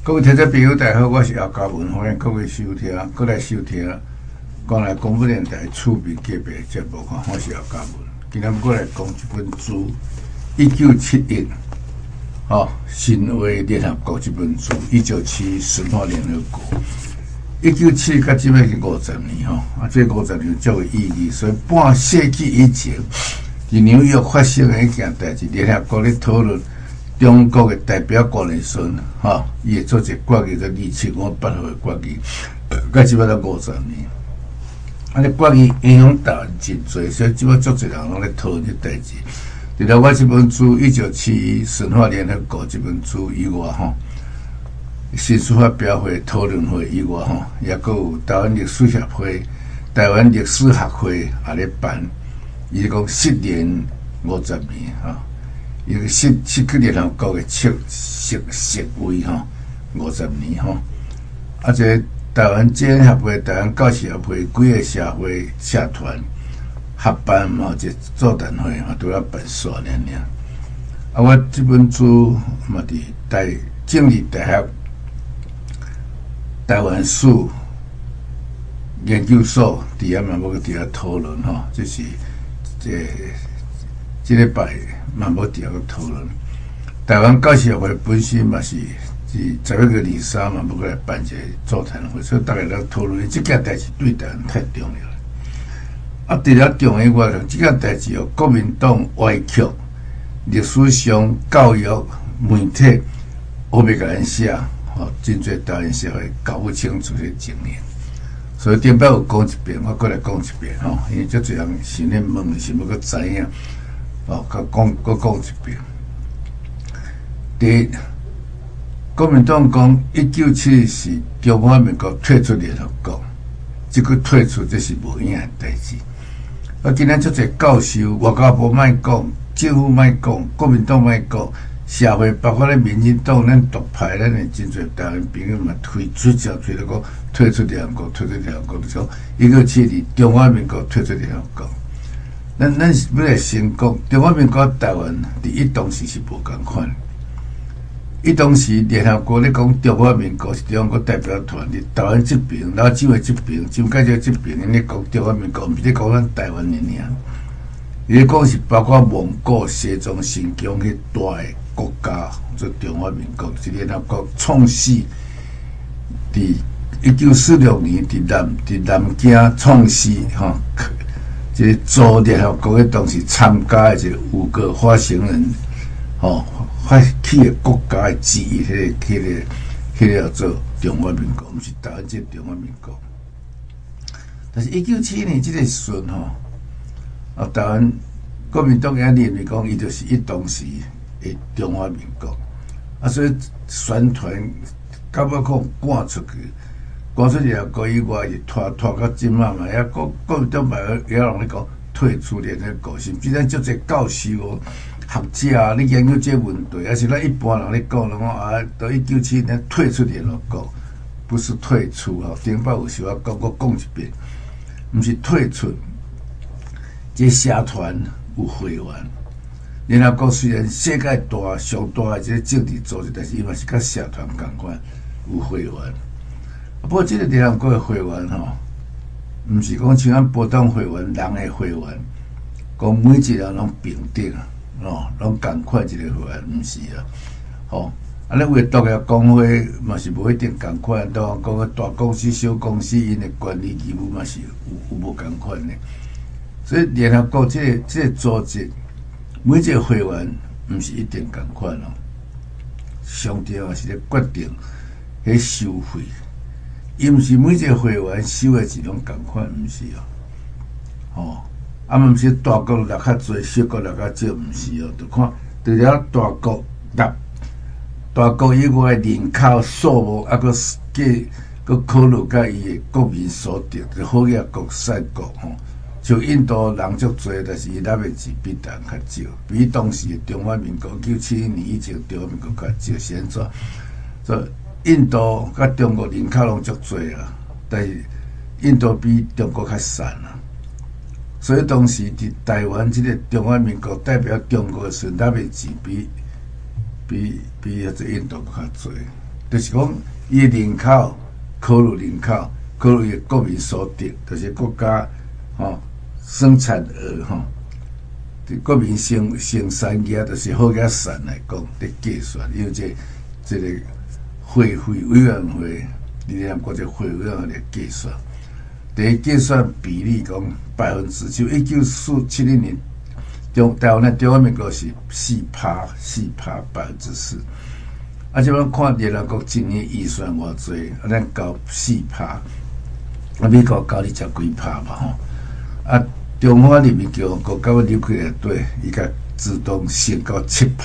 各位听众朋友，大家好，我是姚嘉文，欢迎各位收听，过来收听国内广播电台厝边隔壁节目哈，我是姚嘉文。今天过来讲一本书，1971，新华联合国这本书，1971神话联合国，1971到即摆已经50年这50年足有意义，所以半世纪以前，伫纽约发生的一件代志，联合国咧讨论。中国的代表官的时阵，伊会做一个决议，叫275号的决议，到即摆都50年。这决议影响台湾真侪，所以即摆足侪人拢咧讨论这代志。除了我这本书《1971神话联合国》这本书以外，新书发表会、讨论会以外，也阁有台湾历史协会、台湾历史学会也咧办，伊讲10年50年伊个新去联合国的席位50年这台湾建协会、台湾教师协会几个社会社团合办嘛，一座谈会都要办3年。我这本书嘛伫政治大学台湾史研究所伫遐嘛要伫遐讨论这是这礼拜。嘛无伫遐个讨论，台湾教师协会本身嘛是11月23嘛，要过来办一个座谈会，所以大家来讨论这件代志对台湾太重要了。除了重要以外，这件代志国民党歪曲历史上教育媒体乌白甲咱写，真侪台湾社会搞不清楚的情形。所以顶摆有讲一遍，我过来讲一遍因为足侪人想咧问，想要阁知影。佮讲一遍。第一，国民党讲1971是中华民国退出联合国，这个退出这是无影的代志。今仔足侪教授、外交部莫讲，政府莫讲，国民党莫讲，社会包括咧民进党、咱独派，咱的真侪台湾朋友嘛推了讲退出联合国，退出联合国，就讲1972中华民国退出联合国。咱要来先讲，中华民国台湾伫当时是无共款。当时联合国咧讲中华民国是中国代表团伫台湾这边，老蒋的这边，蒋介石这边，因咧讲中华民国，毋是咧讲咱台湾的尔。伊咧讲是包括蒙古、西藏、新疆迄大个国家，做中华民国是联合国创始伫1946年伫南京创始这做联合国的当时参加的这5个发行人，发起的国家之一，迄个叫做中华民国，毋是台湾这中华民国。但是1971年这个时阵台湾国民党也认为讲，伊就是当时的中华民国，所以宣传到尾可赶出去。赶出联合国以外，是拖到今嘛，也国民党也有人咧讲退出联合国，甚至咱足侪教授、学者咧研究这问题，还是咱一般人咧讲，到1971年退出联合国，不是退出顶摆有时我讲一遍，毋是退出。这社团有会员，联合国虽然世界大、上大的这个政治组织，但是伊嘛是甲社团共款有会员。不过，这个联合国的会员毋是讲像咱保障会员人的会员，讲每一个人拢平等拢共款一个会员，毋是咱唯独个工会嘛是无一定共款，都讲个大公司、小公司因的管理义务嘛是有无共款的。所以联合国这个组织，每一个会员毋是一定共款上帝是咧决定迄收费。伊毋是每一个会员收的钱拢共款，毋是毋是大国落较侪，小国落较少，毋是就看除了大国以外人口数目，佮考虑甲伊的国民所得，就好个国细国像印度人足侪，但是伊纳的钱比台湾较少，比当时的中华民国1971年以前中华民国较少，是安怎？所以印度甲中国人口拢足侪但是印度比中国较散所以当时伫台湾这个中华民国代表中国的时，纳的钱比这印度较侪。 就是讲伊的人口考虑人口，考虑伊国民所得，就是国家生产额国民生产业就是好甲散来讲伫计算，因为这个会费委员会，联合国际会费委员会来计算。第一计算比例讲4%，就1970年台湾中华民国是4%，4%。啊，即摆看联合国一年预算偌济，咱交4%，美国交你十几%嘛吼。啊，中华人民共和国到入去内底，伊甲自动升到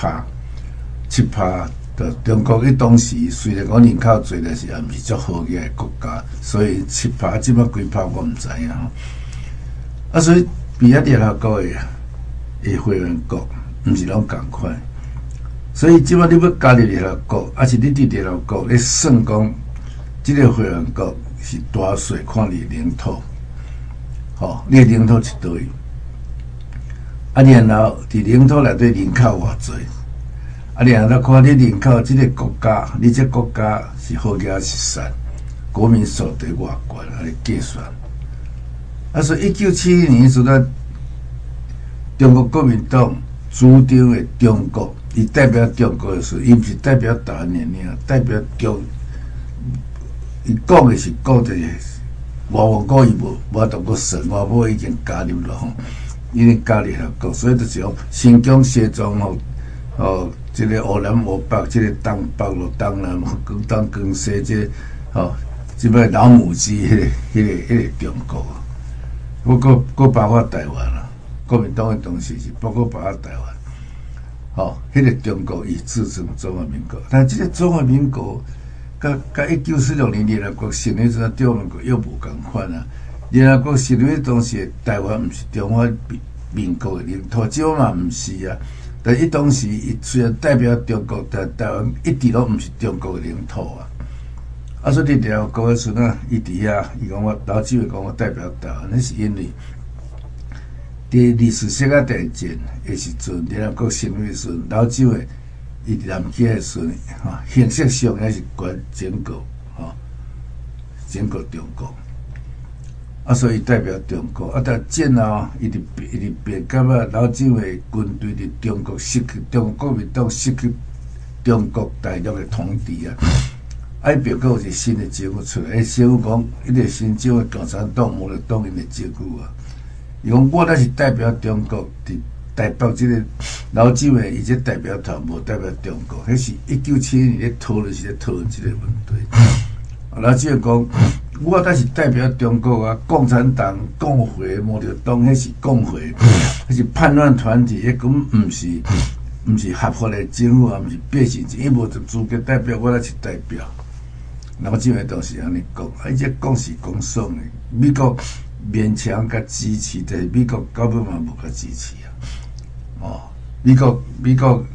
7%。中国伊当时虽然讲人口侪，但是也毋是足好个国家，所以7%即摆几%我毋知影吼。啊，所以比亚联合国的会员国毋是拢共款，所以即摆你要加入联合国，还是你伫联合国咧算讲，即个会员国是大小看你领土，你的领土是倒位，啊，然后伫领土内底人口偌济。啊，然后看你人口，即个国家，你这国家是好个是善，国民所得偌悬，啊，来计算。啊，所以1970年时阵，中国国民党主张的中国，伊代表中国的时候，伊毋是代表台湾尔，代表中，伊讲的是讲这个外文国，伊无当过算，外国已经加入了吼，已经加入了国，所以就是讲新疆、西藏即个乌南乌北，即个东北咯、东南、广东、广西，即摆老母鸡，迄个中国，佫包括台湾啦。国民党的当时是包括包括台湾，迄个中国以自称中华民国，但即个中华民国，甲1946年联合国成立时阵，中华民国又无共款啊。联合国成立当时，台湾毋是中华民国的领土，即嘛毋是啊。但伊当时，伊虽然代表中国，但台湾一直都毋是中国的领土啊。啊，所以伫联合国的时阵，伊伫遐，伊讲我老周会讲我代表台湾，那是因为伫历史世界大战的时阵，联合国成立的时阵，老周会伊伫南京的时阵，形式上还是管整个整个中国。啊，所以代表中国啊，但战后伊直变感觉老周的军队伫中国失去，中国国民党失去中国大陆的统治啊。啊，伊变个有一个新的政府出来，政府讲迄个新政府共产党、毛泽东因的政府啊。伊讲我那是代表中国伫台北即个老周的，伊这代表团无代表中国，迄是1970年咧讨论即个问题。老周讲，我那是代表中国啊，共产党、共会、毛泽东，迄是共会，迄是叛乱团体，迄根本毋是合法的政府，也毋是百姓，伊无资格代表我，那是代表。老周的当时安尼讲，伊这讲是讲爽的，美国勉强甲支持，但是美国根本嘛无甲支持啊。美国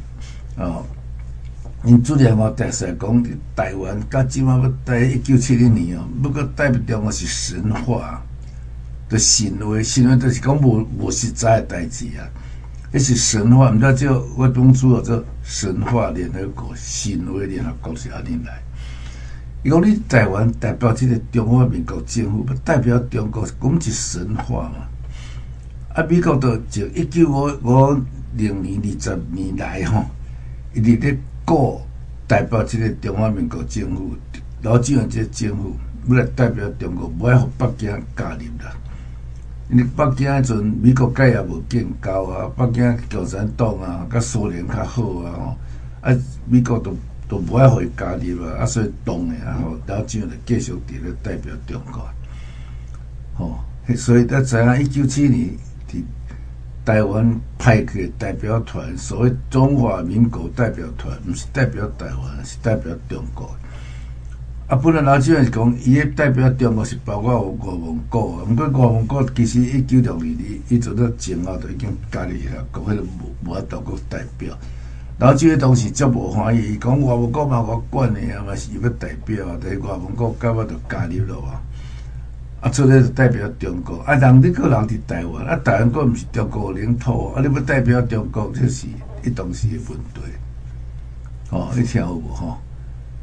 因主任大使讲，台湾到即马要待1970年要搁代表中国是神话，就神话，就是讲无实在的代志啊。迄是神话，毋知叫我当初做神话联合国、神话联合国是安尼来。伊讲你台湾代表即个中华民国政府，要代表中国，讲是神话嘛。啊，美国就1950年20年来吼，伊伫咧代表即个中华民国政府，老周的即个政府要来代表中国，无爱互北京加入啦。因为北京迄阵美国甲也无建交啊，北京共产党啊，甲苏联较好啊，啊美国都无爱互伊加入啊，所以当的啊，老周就继续伫咧代表中国，所以咱知影1970年伫台湾派去的代表团，所谓中华民国代表团，毋是代表台湾，是代表中国。啊，本来老周是讲，伊咧代表中国是包括有外蒙古啊，毋过外蒙古其实1962年伊做到前后就已经加入了，讲迄个无法度个代表。老周当时足无欢喜，伊讲外蒙古嘛我管的啊，嘛是要代表啊，但是外蒙古到尾就加入了啊。啊，出来就代表中国，啊，人你个人伫台湾，啊，台湾个毋是中国领土，啊，你要代表中国，这是伊当时的问题。你听有无吼？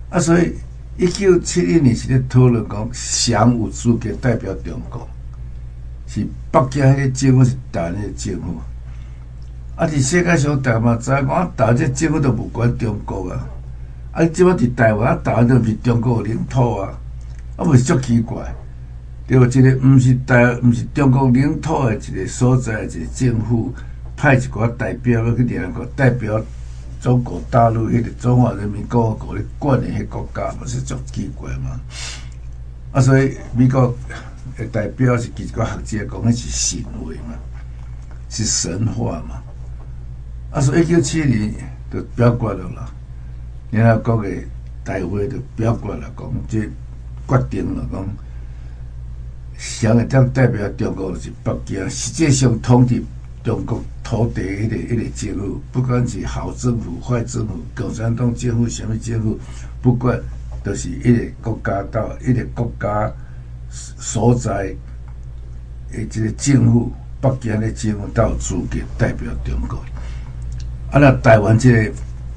啊，所以1971年是咧讨论讲，谁有资格代表中国？是北京迄个政府，是台湾迄个政府。啊，伫世界上，大家嘛知影讲，台湾这政府都无管中国啊。啊，即摆伫台湾，台湾都毋是中国领土啊，啊，毋是足奇怪。对，一个毋是中国领土的一个所在，一个政府派一寡代表要去联合国代表中国大陆迄个中华人民共和国咧管的迄国家，嘛是足奇怪嘛。啊，所以美国的代表是几个学者讲，迄是神话嘛，是神话嘛。啊，所以1970年就表决了啦，联合国的大会就表决了，讲即决定了讲。谁会当代表中国是北京？实际上统治中国土地迄个政府，不管是好政府、坏政府、共产党政府、什么政府，不管都是一个国家到一个国家所在的这个政府，北京的政府才有资格代表中国。啊，那台湾这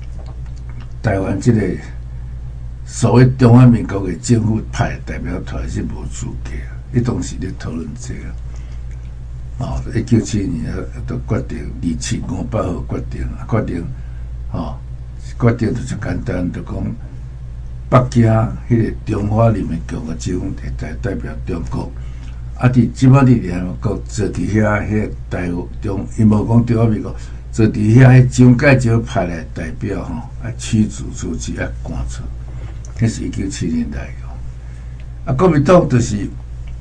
个所谓中华民国的政府派代表团是无资格。伊当时咧讨论这个，1971年就决定2758号决定，决定就是简单，就讲北京迄个中华人民共和国政府代表中国，啊，即摆伫联合国坐伫遐迄个台中，伊无讲中华民国，坐伫遐迄蒋介石派来代表驱逐出去，赶出，迄是1970年代个，国民党就是。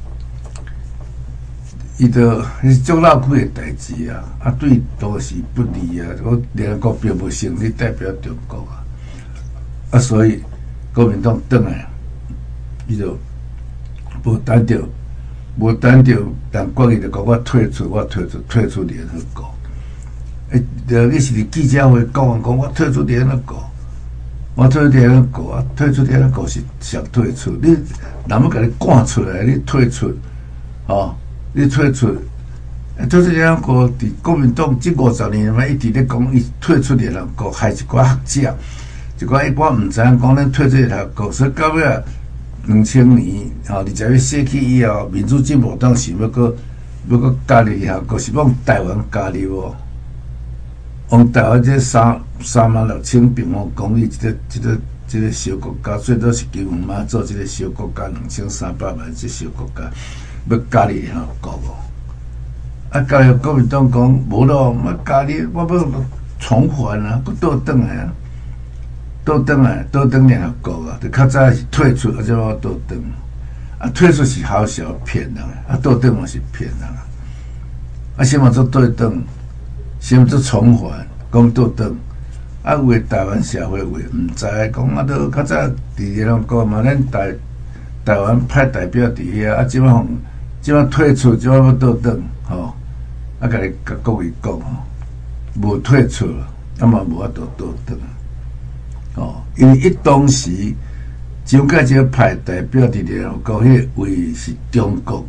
伊就是足闹区的代志啊，对都是不利啊。我联合国并无成立代表中国啊，所以国民党转来，伊就无等着人国伊就讲我退出联合国。你是伫记者会讲我退出联合国，我退出联合国啊，退出联合国是想退出，你人要甲你赶出来，你退出，你退出联合国，伫国民党这50年嘛，一直咧讲伊退出联合国，害一寡学者，一寡毋知影讲咱退出联合国，所以到尾2000年20月世纪以后，民主进步党想要搁加入联合国，是往台湾加入哦。往台湾这36000平方公里这个小国家，最多是金门马祖这个小国家2300万这小国家。要加入联合国哦，啊！加入国民党讲无咯，我加入，我要重返啊，佫倒转来啊，倒转联合国啊，就较早是退出，啊，即我倒转，啊，退出是好笑骗人啊，倒转嘛是骗人啊，先嘛做倒转，先做重返，讲倒转，啊，有诶台湾社会有诶毋知讲啊，都较早伫联合国嘛，咱台湾派代表伫遐，啊，即摆退出，即摆要倒转，啊，甲各位讲无退出了，啊嘛无法度倒转，因为当时蒋介石派代表伫联合国，迄个位是中国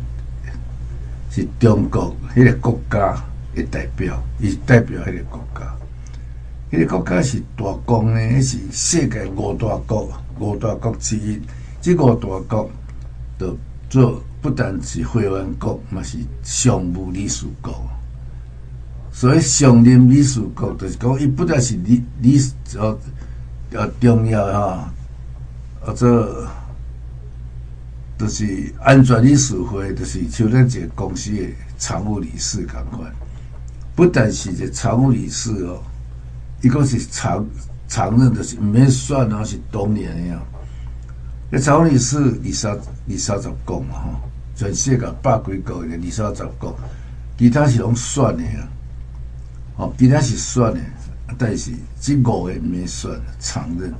迄个国家的代表，伊代表迄个国家，迄个国家是大国呢，迄是世界五大国之一，这五大国就做。不但是会员国，嘛是常务理事国。所以常任理事国就是讲，伊不但是重要就是安全理事会，就是像咱一个公司的常务理事共款。不但是一个常务理事哦，伊讲是常任，就是毋免选是当年的呀。那常务理事20-30国嘛全世界100几国的20-30国，其他是拢选的啊，其他是选的，但是这5个没选常任，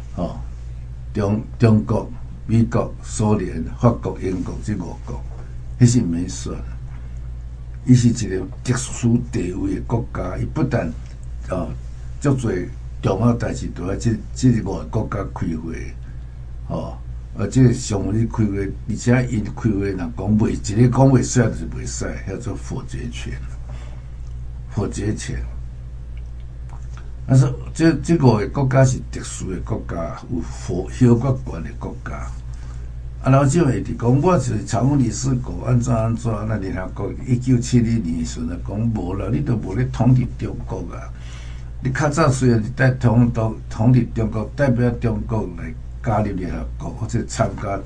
中国、美国、苏联、法国、英国这5国，迄是没选。伊是一个特殊地位的国家，伊不但足侪重要代志都在这5个国家开会，这个常务理开会，而且因开会若讲袂一个讲袂使就是袂使，叫做否决权。 但是这5个国家是特殊的国家，有效果悬的国家。老蒋会伫讲，我是常务理事国，安怎，那联合国1972年时阵讲无啦，你都无咧统治中国啊！你较早虽然是统治中国，代表中国来加入联合国，或者参加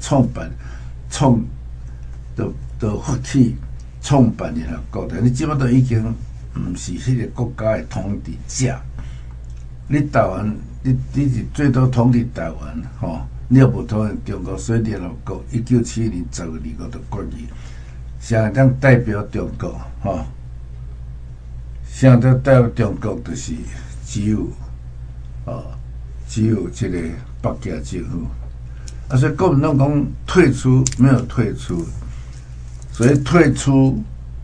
发起创办联合国，但你即摆都已经毋是迄个国家的统治者。你台湾，你是最多统治台湾，吼。你又无统治中国，所以联合国1972年10月25日就决议，谁当代表中国，吼？谁当代表中国，就是只有这个北京政府。所以国民党讲退出没有退出，所谓退出，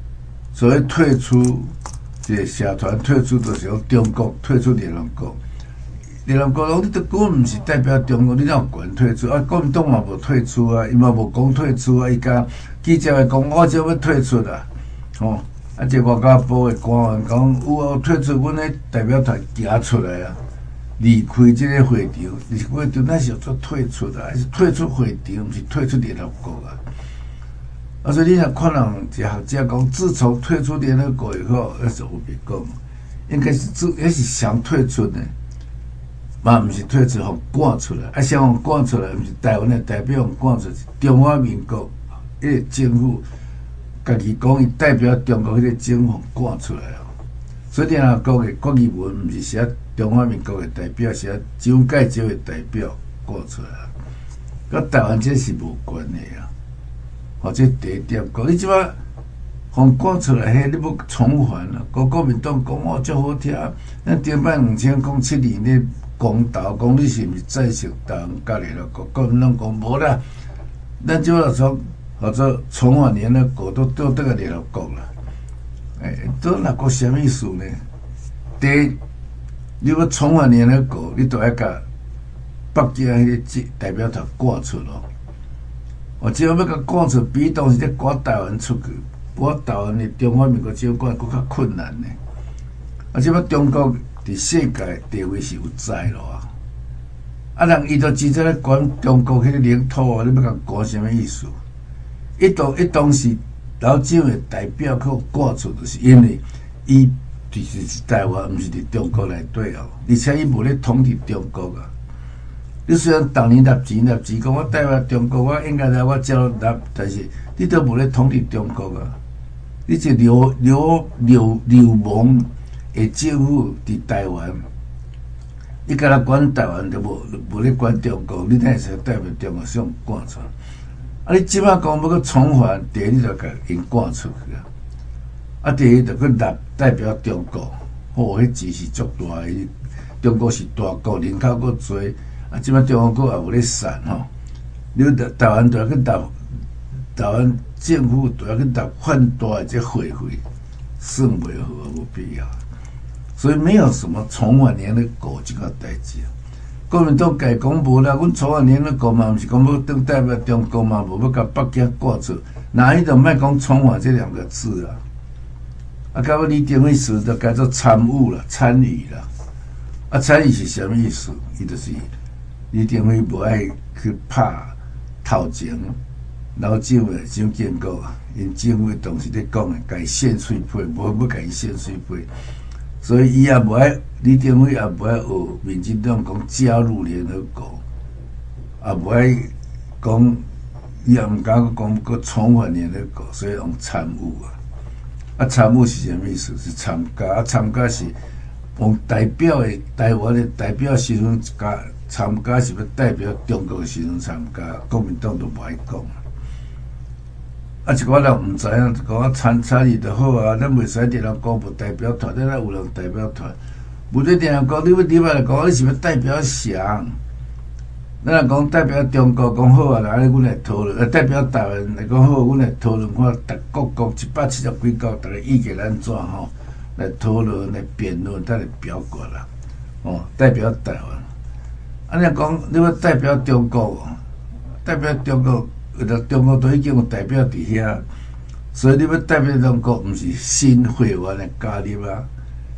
这个社团退出，就是讲中国退出联合国。联合国讲你都根本毋是代表中国，你哪有权退出？国民党嘛无退出啊，伊嘛无讲退出啊，伊甲记者会讲我就要退出啊，吼！这外交部的官员讲有退出，阮迄代表团行出来啊，离开这个会场，离开会场那是做退出啊，还是退出会场，毋是退出联合国啊。所以你若看人一学者讲，自从退出联合国以后，那是有别讲，应该是也是想退出的。嘛，毋是退出，互赶出来。想互赶出来，毋是台湾的代表互赶出来，中华民国迄个政府家己讲，伊代表中国迄个政府赶出来哦。所以联合国的决议文毋是写中华民国的代表，写蒋介石的代表赶出来。甲台湾这是无关的啊。或者第一点讲，你即摆互赶出来，迄你要重返啊？国民党讲哦，足好听。咱顶摆2007年咧。公投讲你是毋是赞成台湾加联合国？国民党讲无啦，咱即摆说或者重返联合国都倒个联合国啦。倒哪个什么意思呢？第一，你要重返联合国，你都要甲北京迄个代表团赶出咯。只要要甲赶出，比当时咧赶台湾出去，赶台湾的中华民国政府搁较困难呢。即摆中国。伫世界地位是有在咯人伊就直接咧管中国迄个领土你要甲管什么意思？当时老蒋的代表去赶出，就是因为伊就是台湾，毋是伫中国内底而且伊无咧统治中国啊。你虽然当年纳钱，讲我代表中国，我应该来我照纳，但是你都无咧统治中国啊。你是流氓。政府伫台湾，伊甲咱管台湾就无咧管中国，你哪会使代表中国想赶出来？你即摆讲要去重返，第一你就甲因赶出去啊！第二就去纳代表中国，迄钱是足大的，中国是大国，人口阁侪，即摆中国阁也有咧散吼。你台湾就要去纳，台湾政府就要去纳很大的这会费，算袂好，无必要。所以没有什么重返联合国这个代志。国民党家讲无啦，阮重返联合国嘛，毋是讲要当代表中国嘛，无要甲北京赶出，那伊就莫讲重返这2个字啊。到尾李登辉时就改做参与啦、参与啦。参与是啥物意思？伊就是李登辉无爱去拍头前老蒋的蒋经国，因政府当时咧讲的，甲伊献水配，无要甲伊献水配。所以伊也无爱，李登辉也无爱学民进党讲加入联合国，也无爱讲，伊也毋敢讲个重返联合国，所以用参与啊。参与是啥物意思？是参加参加是用代表的台湾的代表身份参加，是要代表中国的身份参加，国民党都无爱讲。一寡人毋知影，讲参与就好啊，咱袂使联合国无代表团，咱有人代表团。无对联合国，你来讲，你是要代表谁？咱若讲代表中国，讲好啊，来，阮来讨论；代表台湾来讲好，阮来讨论看，各国170几国，大家意见安怎吼？来讨论、来辩论，再来表决啦。代表台湾。你讲你要代表中国，代表中国。中国都已经有代表伫遐，所以你要代表中国，毋是新会员的加入啊，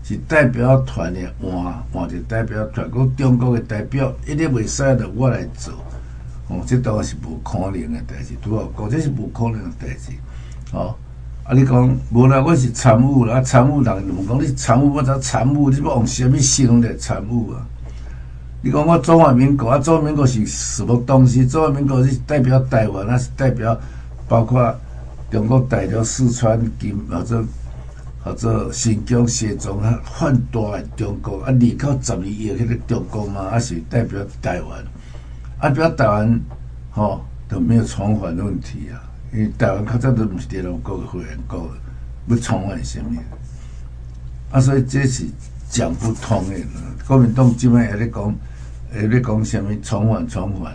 是代表团的换一代表团，讲中国的代表一定袂使着我来做，这当然是无可能的代志，拄好讲，这是无可能的代志，你讲无啦，我是参与啦，参与人问讲你参与，我怎参与？你要用什么形容来参与啊？你讲我中华民国中华民国是什么东西？中华民国是代表台湾，还是代表包括中国大陆、四川、或者新疆、西藏泛大的中国人口12亿迄个中国吗？还是代表台湾？代表台湾，都没有重返的问题啊。因为台湾较早都毋是联合国的会员国，要重返什么？所以这是讲不通的。国民党即摆在咧讲什么重返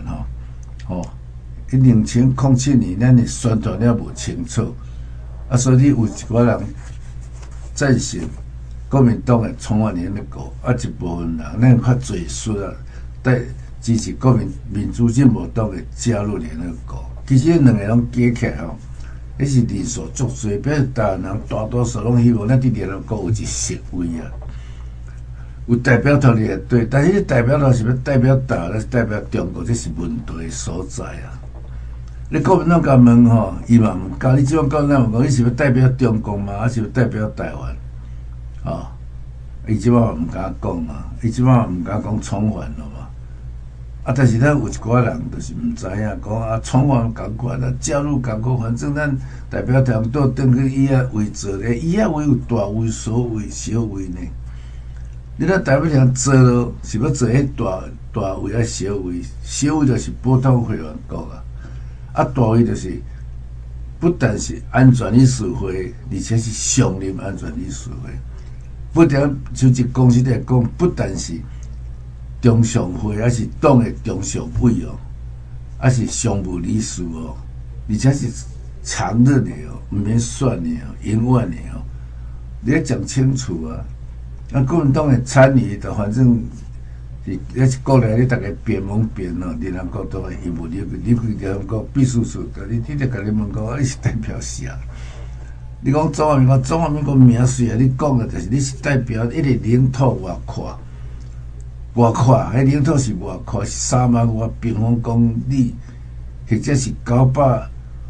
2007年咱的宣传了无清楚，所以你有一寡人赞成国民党的重返联合国，一部分人咱较侪数啊，支持国民主进步党的加入联合国。其实两个拢加起来迄是人数足侪，表示台湾人大多数拢希望咱伫联合国有一席位啊，有代表团也对，但是代表团是要代表台湾，还是代表中国，这是问题所在啊。你国民党甲问伊嘛毋讲，你即摆讲咱问讲，你是要代表中国吗？还是要代表台湾？伊即摆嘛毋敢讲嘛，伊即摆嘛毋敢讲重返了嘛。但是咱有一寡人就是毋知影，讲重返共款，加入共款，反正咱代表团倒转去以遐位做咧，以遐位有大位、小位、小位呢。你咱代表团做咯，是要做迄大位啊小位，小位就是普通会员国大位就是不但是安全理事会，而且是常任安全理事会。不但就一公司来讲，不但是中常会，还是党的中常委还是常务理事而且是常任的毋免选的永远的你要讲清楚啊！国民党的参与，就反正是国内你大家辩蒙辩联合国都会义务你去联合国秘书处，你就甲你问讲，你是代表啥？你讲中华民国名虽然你讲的，但是你是代表一个领土外扩。迄领土是外扩，是3万多平方公里，或者是900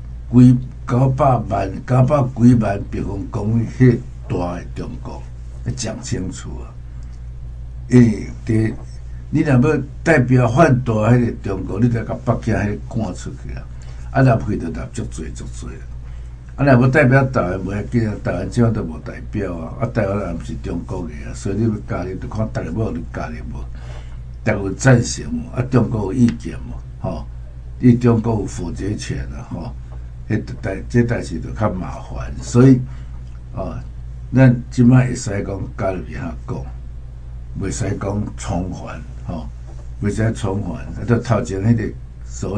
几万平方公里，迄大的中国，要讲清楚啊！因为你若要代表泛大迄个中国，你得甲北京迄个赶出去啊！若不去就纳足侪。若要代表台湾，袂要紧啊！台湾即摆都无代表台湾人毋是中国的所以你要加入，就看大家要你加入无，大家有赞成无？中国有意见无？你中国有否决权这代志就较麻烦，所以咱即摆会使讲加入联合国，袂使讲重返袂使重返，就头前迄个所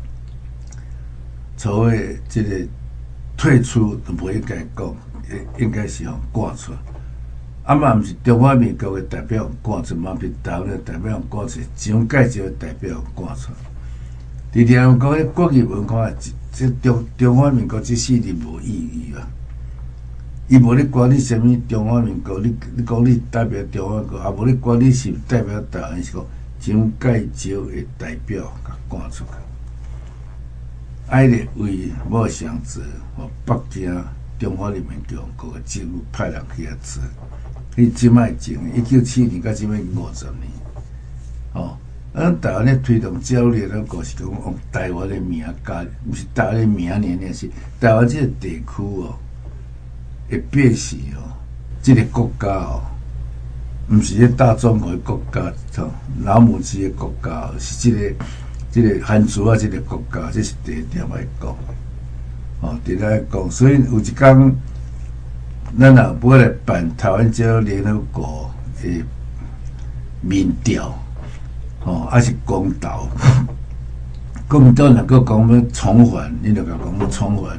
谓这个。退出都不应该讲，应该是赶出。嘛毋是中华民国的代表赶出，嘛是台湾的代表赶出，蒋介石的代表赶出。伫联合国的国际文化，这中华民国这4字无意义啊！伊无咧管你什么中华民国，你讲你代表中华民国，无咧管你是代表台湾，是讲蒋介石的代表甲赶出去。爱列为某相子，北京中华人民共和国的政府派人去遐做。伊即摆前1972年到即摆50年，咱台湾咧推动加入联合国是讲用台湾的名加，毋是台湾的名呢，是台湾这个地区会表示这个国家毋是咧大中国的国家，老母鸡的国家，是这个汉族这个国家，这是第一点来讲，第一来讲，所以有一天，咱若要来办台湾加入联合国的民调，还是公投，国民党若个讲要重返，你就甲讲要重返，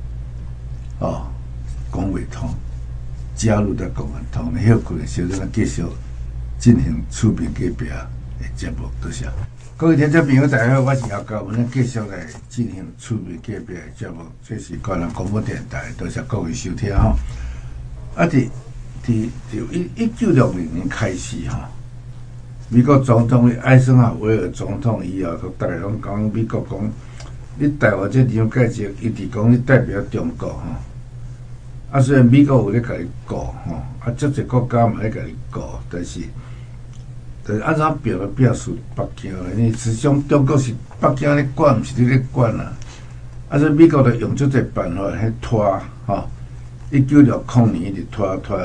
讲袂通，加入才讲会通，有可能小咱继续进行厝边隔壁的节目，多谢。各位听众朋友，大家好，我是姚高，我们继续来进行厝边隔壁的节目，这是高雄广播电台，多谢各位收听伫就1960年开始吼，美国总统艾森豪威尔总统以后，大家拢讲美国讲，你台湾这地方介石一直讲你代表中国吼。啊，虽然美国有咧甲你告吼，啊，足侪国家嘛咧甲你告，但是按怎表就表示北京啦，因为实际上中国是北京咧管，毋是你咧管啊。啊，所以美国就用足侪办法去拖吼。1960年一直拖到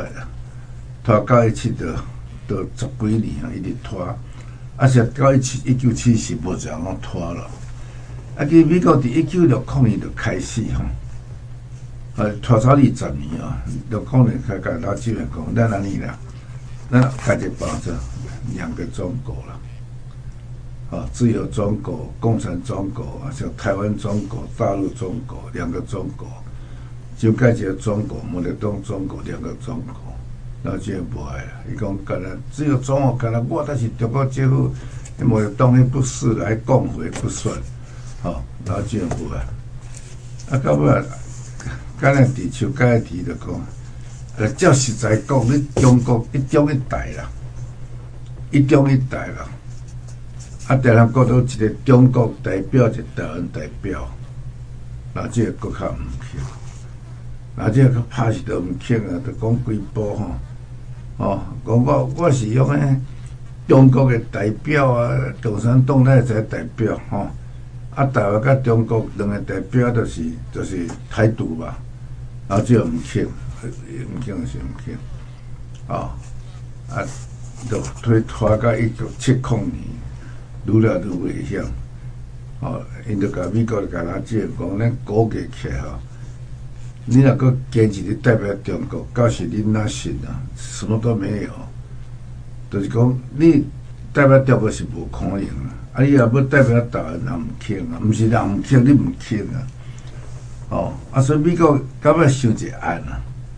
17到10几年啊，一直拖，啊是到1970无这样拖了。啊，其实美国伫1960年就开始吼，拖超20年啊，60年开始到基本讲，咱安尼啦，咱家己保证2个中国了，啊，自由中国、共产中国啊，像台湾中国、大陆中国2个中国。就介一个中国，毛泽东中国2个中国，然后这无爱啦。伊讲干那只有中国，干那我才是中国政府，毛泽东迄不是来讲回不算，吼，然后这无爱。啊，到尾干那伫邱介石就讲，照实在讲，你中国一中一大啦，一中一大啦。啊，台湾国都一个中国代表，一个台湾代表，那这个国较毋行。啊，这个拍是都毋肯啊，就讲规部吼，讲我是用诶中国诶代表啊，共产党内一个代表吼，啊，台湾甲中国2个代表就是台独嘛，啊，这个毋肯，是毋肯，啊，就拖到1970年，愈来愈危险，哦，因就甲美国就甲咱即个讲，咱勾结起来吼。你若搁坚持你代表中国，到时你哪信啊？什么都没有，就是讲你代表中国是无可能啊！啊，你若要代表台湾，人毋肯啊，毋是人毋肯，你毋肯啊！哦，啊，所以美国到尾想一个案啊，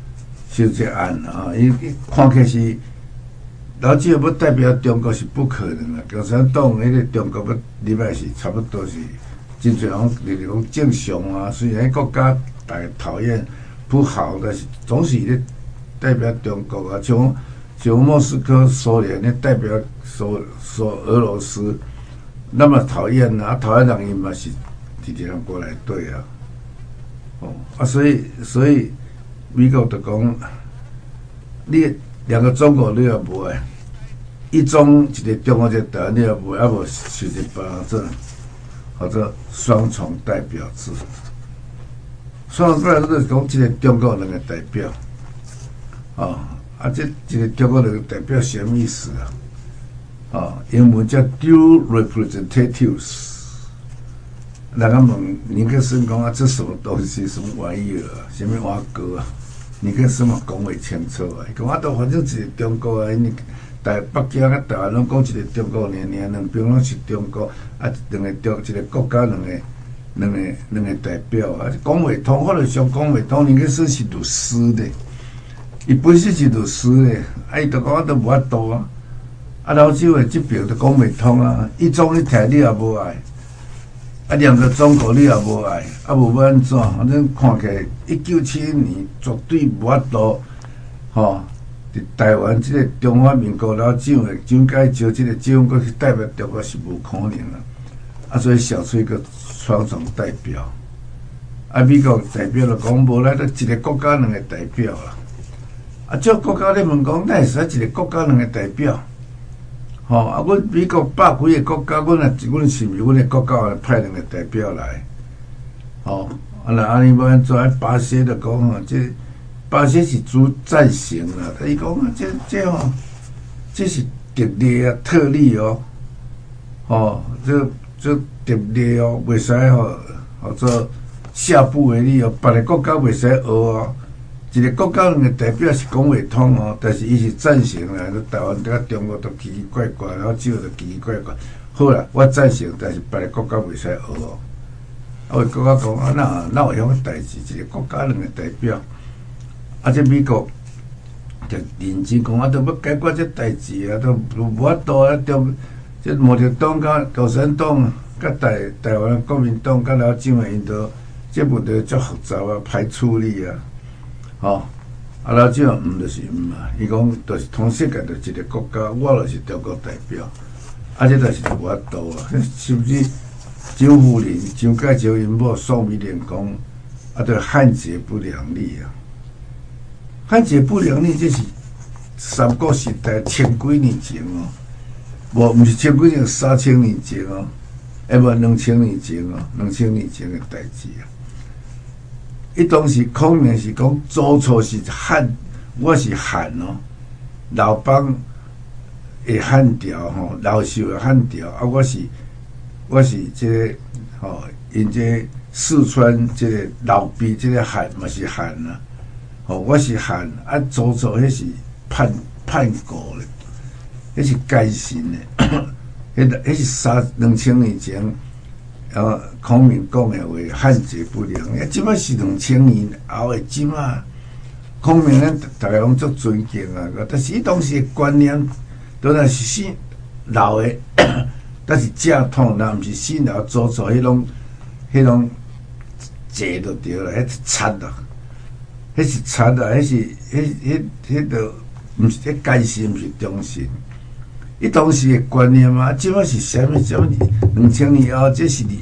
伊看起是老只要代表中国是不可能啊！共产党迄个中国要入来是差不多是真侪人就是讲正常啊，虽然国家。大家讨厌不好，但是总是咧代表中国啊，像莫斯科苏联咧代表俄罗斯，那么讨厌啊，讨厌人伊嘛是直接人过来对啊，哦啊，所以美国就讲，你2个中国你也无爱，一中一个中国一个台湾你也无爱，啊无是一办法或者双重代表制。双重代表就是讲，一个中国2个代表，哦，啊，这一个中国2个代表什么意思啊？哦，英文叫 dual representatives。人家问尼克森讲啊，这什么东西？什么玩意儿啊？什么挖哥啊？尼克森嘛讲袂清楚啊！伊讲啊，都反正一个中国啊，因北京甲台湾拢讲一个中国，两边拢是中国，啊，一个国家两个代表啊，讲袂通，法律上讲袂通。尼克森是律师的，伊本身是律师的，啊，伊就讲我都无法度啊。啊，老周的这边就讲袂通啊，一中一台你也无爱，啊，2个中国你也无爱，啊，无要安怎？反正看起来1971年绝对无法度，吼，伫台湾这个中华民国老蒋的蒋介石这个蒋过去代表中国是无可能啊，啊，所以想出一个。双重代表，啊，美国代表就讲无来得一个国家2个代表啦，啊，这国家咧问讲，哪会使一个国家2个代表？吼，啊，阮美国百几个国家，阮是毋是阮的国家派2个代表来？吼，啊，那安尼要安怎？巴西就讲吼，这巴西是主赞成啦，伊讲啊，这吼，这是特例啊，特例哦，吼，这特例哦，袂使吼，或者下不为例哦，别个国家袂使学哦。一个国家2个代表是讲袂通哦，但是伊是赞成啦。台湾甲中国都奇奇怪怪，然后只有就奇奇怪怪。好啦，我赞成，但是别个国家袂使学哦。啊，有国家讲啊，哪有遐个代志？一个国家2个代表，啊，这美国就认真讲啊，都要解决这代志啊，都无法度啊，这毛泽东甲共产党甲台湾国民党甲老蒋的因都这问题足复杂啊，歹处理啊，吼， 啊，老蒋就是嘛，伊讲就是通世界就一个国家，我就是中国代表，啊，这就是无法度啊，甚至张夫人、张介石因某宋美龄讲，啊，对汉贼不两立啊，汉贼不两立，这是三国时代千几年前哦，毋是千几年，3000年前哦，无2000年前哦，2000年前的代志啊。伊当时孔明是讲祖厝是汉，我是汉哦，老帮会汉朝吼，老寿会汉朝啊，我是这个吼，因这四川这个老毕这个汉嘛是汉啊，吼我是汉啊，祖厝迄是叛国咧，迄是奸臣咧，迄是2000年前。孔明讲的话，汉贼不良。即摆是2000年后的即摆，孔明咱大家拢足尊敬啊。但是伊当时的观念，当然是新老的，但是正统，那毋是新老祖祖迄种坐就对了，迄是贼啊，迄是贼啊，迄个毋是迄奸臣，毋是忠臣。伊当时的观念嘛，即摆是啥物？2000年后，这是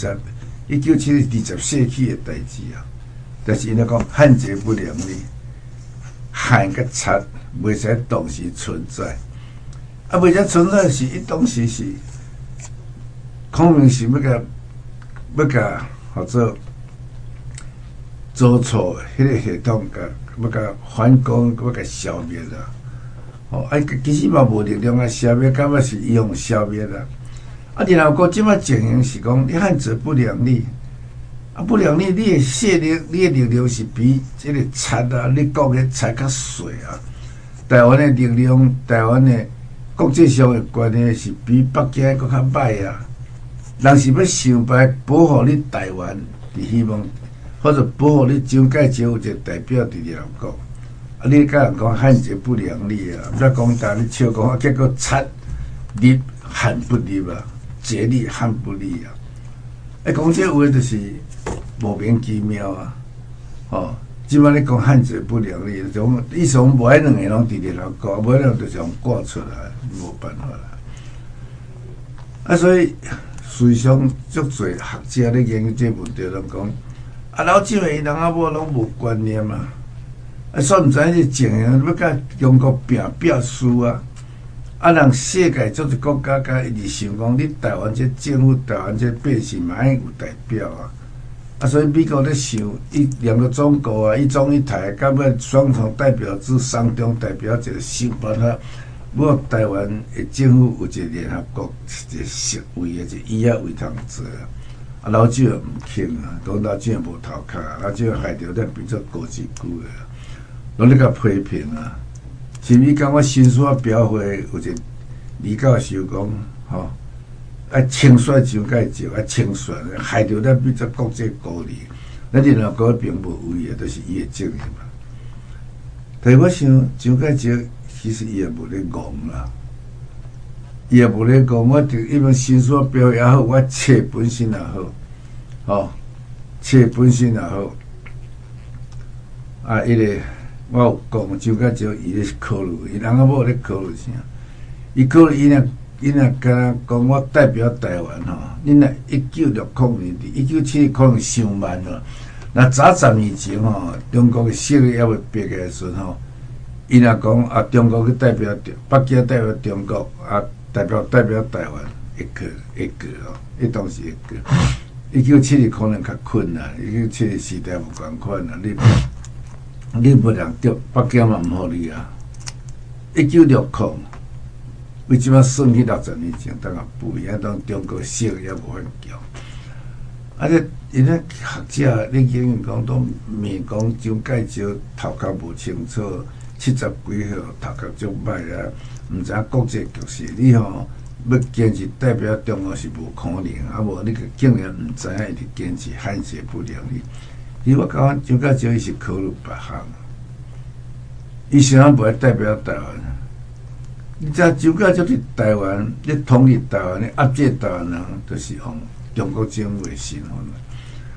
1920世纪的代志啊。但是因咧讲汉贼不两立，汉甲贼袂使同时存在。啊，袂使存在是伊当时是孔明是要甲或者祖厝迄个系统要甲反攻，要甲消灭啦。哦，其实嘛无力量啊，消灭，感觉是伊用消灭啦。啊，然后即摆情形是讲，你汉贼不两立，啊不两立，你的势力，你的力量是比这个贼啊，你国的贼较细啊。台湾的力量，台湾的国际上的关系是比北京佫较歹啊。人是要想办法保护你台湾，是希望或者保护你蒋介石有一个代表伫联合国。啊！你甲人讲汉贼不两立啊，毋则讲大你笑讲，结果贼立汉不立啊，贼立汉不立啊！讲这话就是莫名其妙啊！哦，即摆你讲汉贼不两立，种意思讲无迄两个拢伫联合国，无迄两就是用挂出来，无办法啦。啊，所以史上足侪学者咧研究这问题，拢讲啊，老蒋的人仔某拢无观念啊。啊，煞毋知影是情形要甲中国拼输啊！啊，人世界做一国家，甲一直想讲，你台湾这政府、台湾这百姓嘛爱有代表啊！啊，所以美国咧想，伊两个中国啊，一中一台，到尾双重代表制、三中代表制，想办法，要台湾的政府有一个联合国一个席位的，一椅仔位通坐啊！啊，老蒋毋肯啊，讲老蒋无头壳，老蒋害着咱变做高级股的。拢咧甲批评啊，甚至讲我新书标会有一个李教授讲，吼，啊清算蒋介石，啊清算，害着咱变做国际孤立，咱联合国并无为啊，都是伊的责任嘛。但是我想蒋介石其实伊也无咧戆啦，伊也无咧戆。我一本新书标也好，我册本身也好，吼，册本身也好，啊，迄个。我有讲，蒋介石伊咧考虑，伊人仔某咧考虑啥？伊考虑伊若敢讲我代表台湾吼，恁若1960年1970可能伤慢咯。若早10年前吼，中国嘅势力还未逼起来时吼，伊若讲啊，中国去代表北京代表中国啊，代表台湾会过哦，伊当时会过。1970可能较困难，1970时代无共款啊，你不能着北京嘛，毋好你啊！1960，为即摆算起60年前，当然不一样，当中国势力也无很强。啊，这因咧学者咧研究讲，都面讲蒋介石头壳无清楚，70几岁头壳足歹啊，毋知影国际局势，你吼要坚持代表中国是无可能，啊无你个竟然毋知影，伊坚持汉贼不两立。伊我感觉蒋介石伊是考虑别项，伊想要袂代表台湾。你知蒋介石伫台湾，咧统治台湾，咧压制台湾人，就是用中国政府的身份。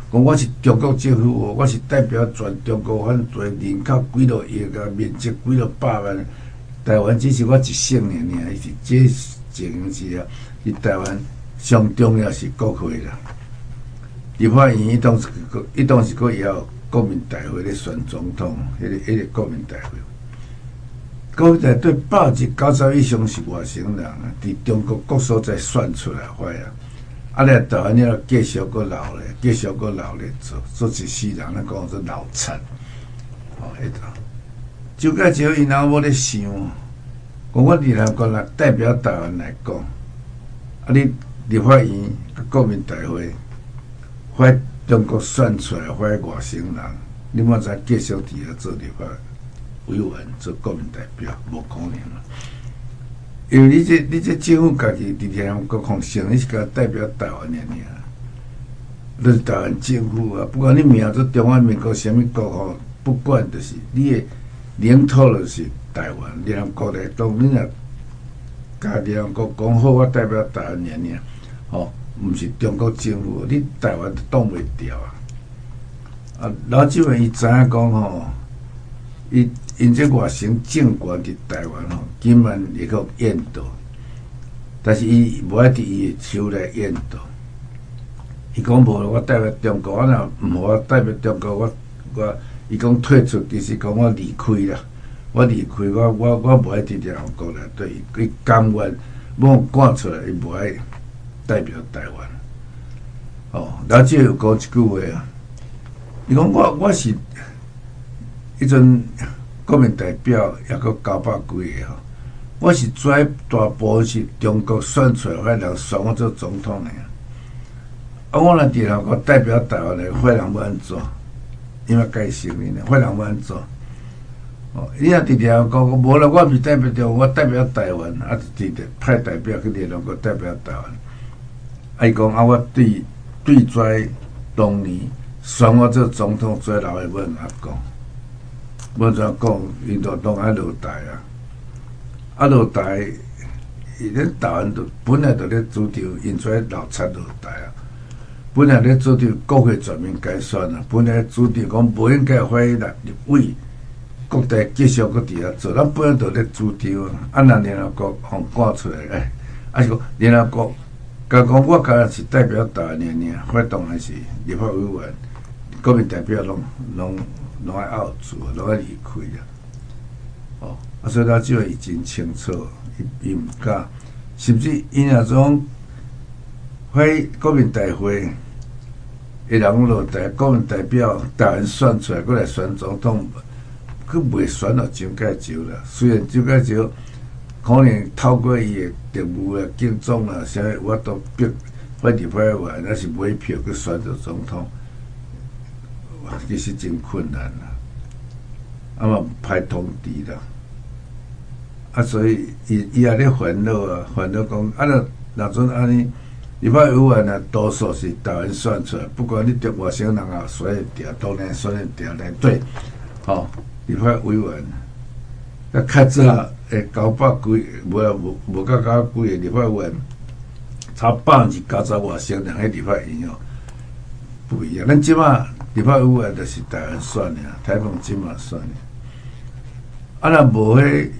讲我是中国政府，我是代表全中国反对人口几落亿啊，面积几落百万，台湾只是我一省尔，伊是这情形是啊，伫台湾上重要是国会啦。立法院伊当时佫邀国民大会咧选总统，迄个国民大会。国民大会90%以上是外省人啊，伫中国各所在选出来发啊。啊！咧台湾了继续搁留咧，做一世人，咱讲做老残。迄个周介石因阿某咧想，讲我伫南国来代表台湾来讲，啊！你立法院、国民大会，发中国选出来发外省人，你莫再继续伫遐做立法委员、做国民代表，无可能啦。因为你这政府家己伫南国奉承，你是甲代表台湾尔，你是台湾政府啊。不管你名做中华民国什么国吼，不管就是你的领土就是台湾。联合国来当你若甲联合国讲好，我代表台湾尔，吼，毋是中国政府，你台湾就挡袂掉啊。啊，老周伊知影讲吼，因这外省政权伫台湾吼，今晚会个引导，但是伊无爱伫伊的手来引导。伊讲无，我代表中国，我若毋我代表中国，伊讲退出，其实讲我离开啦，我无爱伫联合国内底，伊甘愿要赶出来，伊无爱代表台湾。哦，老姐有讲一句话啊，伊讲我是迄阵。国民代表也阁900几个吼，我是最大部分是中国选出来的人选我做总统的。啊，我若伫联合国代表台湾的，坏人要安怎？因为该承认的，坏人要安怎？哦，你若伫联合国，无啦，我毋是代表中国，我代表台湾，啊，直派代表去联合国代表台湾。啊，伊讲啊，我对在当年选我做总统最老的要安怎讲？要怎讲？因就当爱落台啊！啊落台，咱台湾就本来就咧主张因做老贼落台啊！本来咧主张国会全面改选啊！本来主张讲无应该发立委，国代继续搁伫遐做，咱本来就咧主张啊！啊，若联合国互赶出来，啊是讲联合国，甲讲我家是代表台湾尔，发动还是立法委员、国民代表拢爱拗住，拢爱离开啦。哦，啊，所以他就伊真清楚，伊毋敢，甚至因若种发国民大会的人落台，国民代表台湾选出来，过来选总统，佢袂选到周介石啦。虽然周介石可能透过伊的职务啦、竞争啦，啥我都逼发立法委员，那是买票去选做总统。其实真困难啦，啊嘛歹通知啦，啊所以伊也咧烦恼啊，烦恼讲啊若阵安尼，立法委员啊多数是台湾选出来，不管你对外省人也选会掉，当然选会掉内底，吼立法委员，啊较早诶900几，无到900几个立法委员，差90%外省人迄立法院哦不一样，咱即马。立法委员就是台湾选的，台湾即嘛选的。啊，若无迄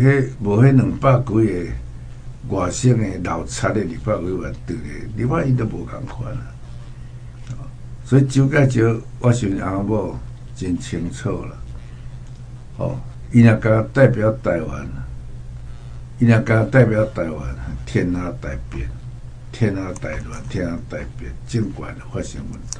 200几个外省的老贼的立法委员对个，立法院都无共款啊。所以周介石，我想阿某真清楚啦。哦，伊若甲代表台湾，天下大变，天下大乱，天下大变，政权发生问题。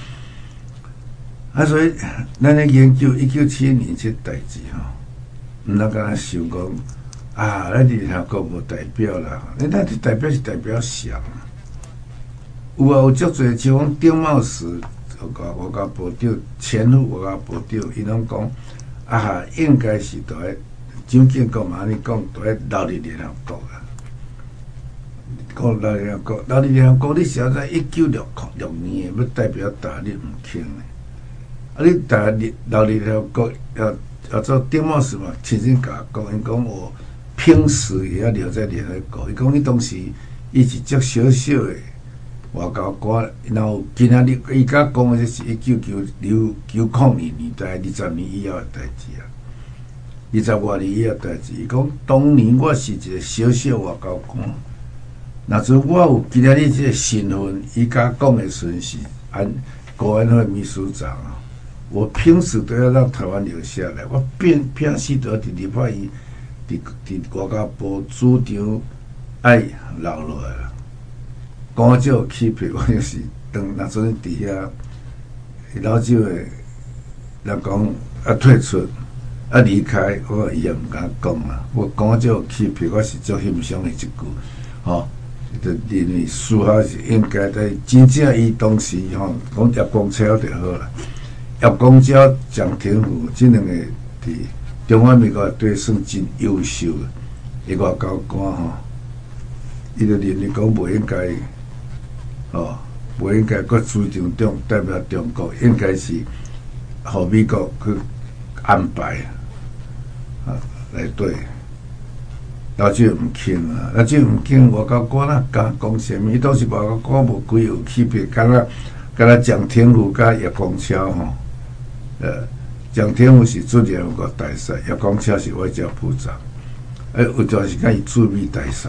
啊，所以咱咧研究1971年这代志吼，毋通干想讲啊，咱联合国无代表啦，咱的代表是代表谁？有足侪像讲丁茂时，我甲部长前副我甲部长，伊拢讲啊，应该是伫咧蒋经国嘛，安尼讲伫咧留伫联合国啊。讲留联合国，留伫联合国，你晓得1966年要代表台湾，你毋肯呢？啊！你大留伫联合国，要做丁茂时嘛，亲身甲我讲，伊讲我拼死也要留在联合国。伊讲你当时伊是足小小的外交官，然后今仔日伊甲讲的，这是1992年代20年以后的代志啊，20多年以后代志。伊讲当年我是一个小小外交官，若是我有今仔日这个身份，伊甲讲的时阵是国安会秘书长啊，我平时都要让台湾留下来，我平时都要伫立法院、伫外交部主张爱留落来啦。讲这有欺骗，我就是当那阵伫遐，老少的人讲退出离开，我伊也毋敢讲啊。我讲这有欺骗，我是足欣赏的一句，吼、就认为事后是应该在真正伊当时讲叶公超就好啦。叶公超、蒋天福这两个伫中华民国队算真优秀的外交官伊就认为讲袂应该。不应该搁主张代表中国，应该是互美国去安排来对。老少毋肯啊，老少毋肯，外交官啊，敢讲啥物？伊都是外交官，无几有区别。敢若蒋天福甲叶公超蒋天福是驻联合国大使，叶公超是外交部长。有段时间伊驻美大使，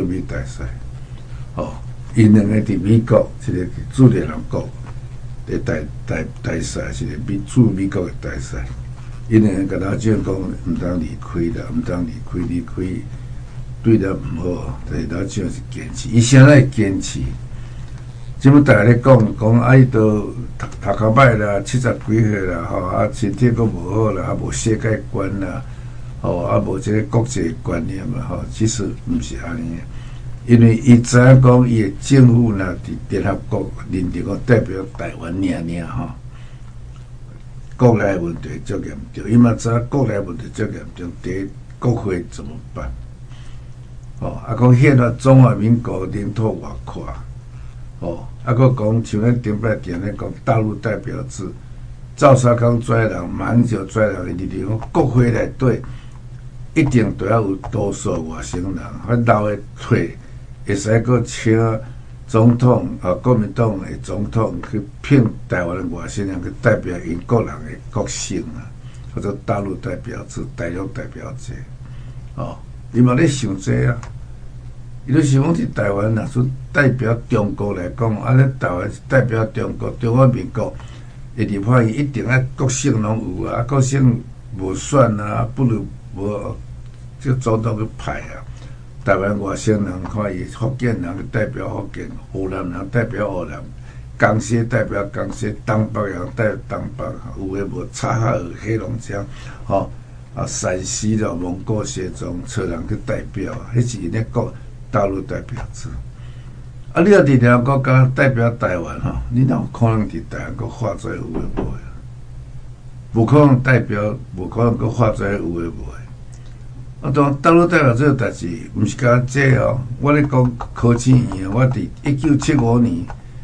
因两个伫美国，一个驻联合国的大使，一个驻美国的大使。因两个甲老蒋讲，毋通离开啦，毋通离开对咱毋好。但是老蒋是坚持，伊现在坚持。即么大家咧讲伊都头壳歹啦，70几岁啦，身体阁无好啦，无世界观啦，无即个国际观念啦，其实毋是安尼。因为伊知影讲，伊的政府若伫联合国认定讲代表台湾尔国内问题足严重，伊嘛知影国内问题足严重，第一国会怎么办？讲宪法中华民国领土外扩，佫讲像咱顶摆定咧讲大陆代表制，赵少康跩人、马英九跩人的力量，国会内底一定都要有多数外省人，老的退。会使佫请总统国民党的总统去聘台湾的外省人去代表因个人的国性啊，或者大陆代表制、大陆代表制，伊嘛咧想这啊，伊咧想讲伫台湾若说代表中国来讲，咧台湾是代表中国，中华民国的立法院一定爱国性拢有啊，国性无选啊，不如无这总统去派啊。台湾外省人看伊，福建人代表福建，湖南人代表湖南，江西代表江西，东北人代表东北，有诶无插哈尔、黑龙江，陕西咯、蒙古、协宗，找人去代表，迄是因咧讲大陆代表制。你若伫两个国家代表台湾你哪有可能伫台湾佫化做有诶无诶？无可能代表，无可能佫化做有诶无诶。当大陆代表这个代志，毋是讲这我咧讲科技园，我伫1975年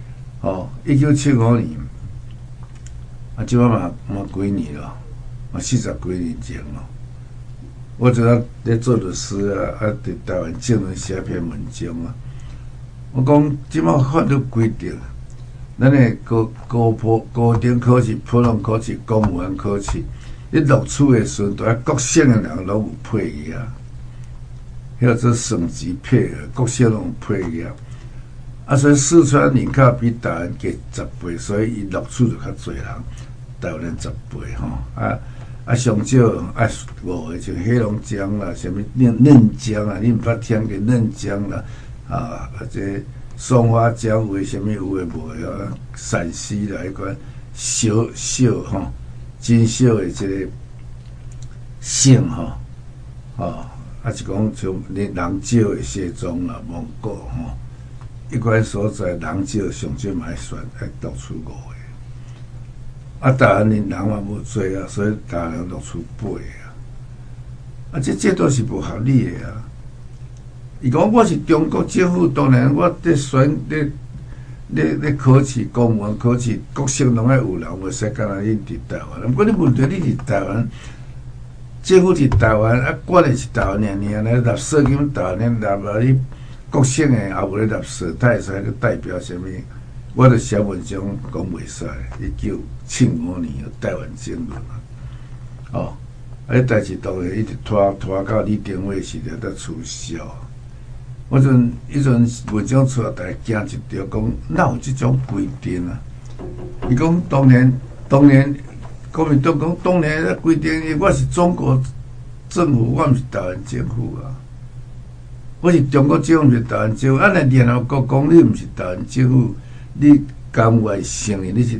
，1975年，即摆嘛几年咯，40几年前咯。我就咧做律师伫台湾政论写篇文章啊。我讲即摆法律规定，咱的高等考试、普通考试、公务员考试。你录取的时阵，都要各省的人拢有配额，迄做省级配额，各省拢有配额。所以四川人口比台湾加10倍，所以伊录取就较侪人，台湾人10倍上少5个，像黑龙江啦，什么嫩江啊，你毋捌听过嫩江啦，这松花江有诶，什么有诶无诶陕西啦，迄款小真少的这个省是讲像人少的西藏啦、蒙古一款所在人少，上少嘛爱选爱录取5个，台湾人嘛无多啊，所以台湾人录取8个这都是不合理的啊！伊讲我是中国政府，当然我咧选咧考试，公务员考试，国省拢爱有人，袂使干那你伫台湾。不过你问题，你伫台湾，政府伫台湾，管的是台湾尔，来纳税金台湾，纳你国省的也无咧垃圾，他会使去代表什么？我著写文章讲袂使。1975年台湾政论哦，迄代志当然一直拖到李登辉时代才取消。我迄阵文章出来，大家惊一跳，讲哪有即种规定啊？伊讲当年国民党讲当年咧规定，我是中国政府，我毋是台湾政府啊。我是中国政府，毋是台湾政府。咱联合国讲你毋是台湾政府，你甘愿承认你是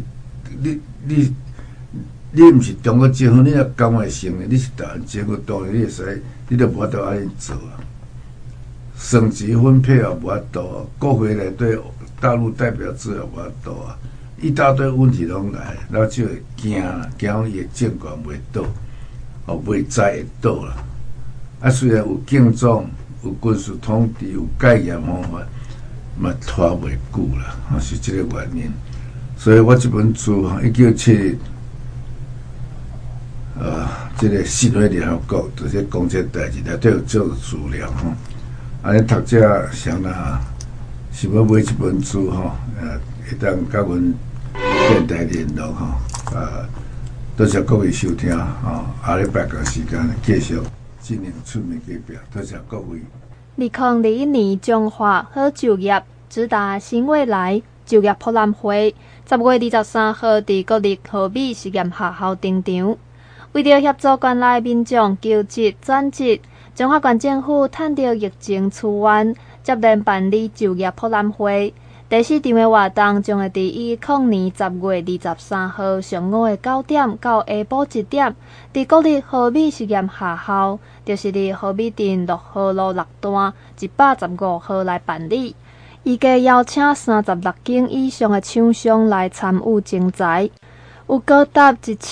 你毋是中国政府，你若甘愿承认你是台湾政府，当然你会使，你都无法度安尼做啊。省级分配也无法度啊，国会内底大陆代表制也无法度啊，一大堆问题拢来，老就会惊啦，惊伊的政权袂倒，哦，袂再会倒啦。啊，虽然有竞争，有军事统治，有戒严方法，嘛拖袂久啦，是这个原因。所以我这本书1970，这个新委联合国就是讲这代志，内底有足资料吼。安尼读者谁若想要买这本书吼，会当甲阮电台联络吼，多谢各位收听吼，下礼拜同时间继续进行出面改表，多谢各位。 2021年中华好就业直达新未来就业博览会10月23号伫国立和美实验学校登场，为着协助县内民众求职转职。中华县政府趁着疫情趋缓，接连办理就业博览会。第4场的活动将会伫2020年10月23号上午的9点到下晡1点，伫国立和美实验学校，就是伫和美镇6号路6段115号来办理。预计邀请36间以上的厂商来参与征才，有高达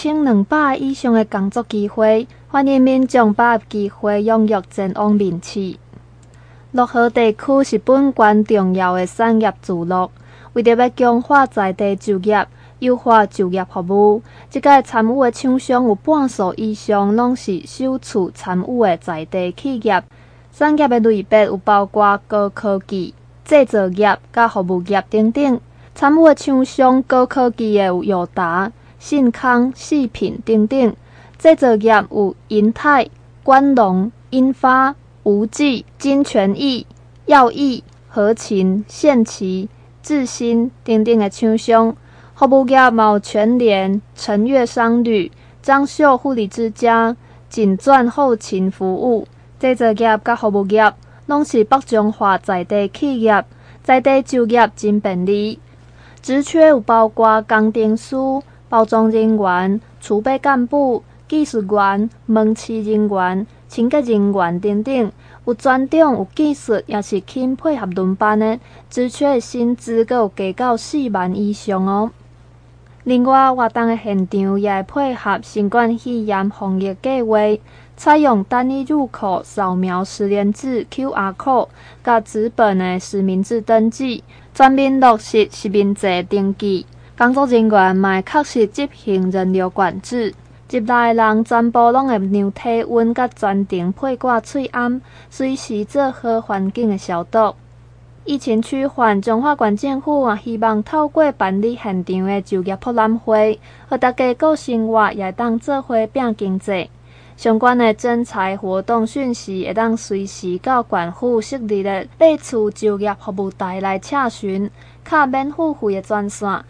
1200以上的工作机会。欢迎民众把握机会，踊跃前往面试。乐和地区是本县重要的产业聚落，为着要强化在地就业、优化就业服务，即届参与的厂商有半数以上拢是首次参与的在地企业。产业的类别有包括高科技、制造业、甲服务业等等。参与的厂商高科技的有友达、信康、细品等等。制造业有银泰、关龙、英发、无记、金泉益、耀益、和勤、现奇、智新等等的厂商。服务业有全联、晨悦商旅、张秀护理之家、锦钻后勤服务。制造业甲服务业拢是北中华在地企业，在地就业真便利。职缺有包括工程师、包装人员、储备干部、技术员、门市人员、清洁人员等等，有专长、有技术，也是肯配合轮班的，职缺的薪资阁有加到4万以上哦。另外，活动的现场也会配合新冠肺炎防疫计划，采用单一入口扫描实联制 QR code， 甲纸本的实名制登记，全面落实实名制登记。工作人员嘛会确实执行人流管制。入来的人全部拢会量体温，甲专程配挂喙罨，随时做好环境的消毒。疫情趋缓，中华县政府也希望透过办理现场的就业博览会，互大家过生活也当做伙拼经济。相关的征才活动讯息会当随时到县府设立的类处就业服务台来洽询，卡免付费的专线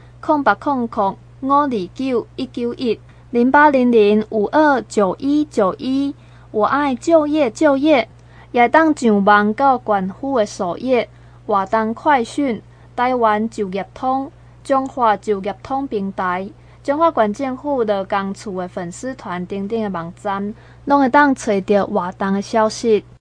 0800529191。0800529191，我爱就业就业，也当上网到县府的首页，活动快讯、台湾就业通、中华就业通平台、中华县政府劳工处的粉丝团等等的网站，拢会当找到活动的消息。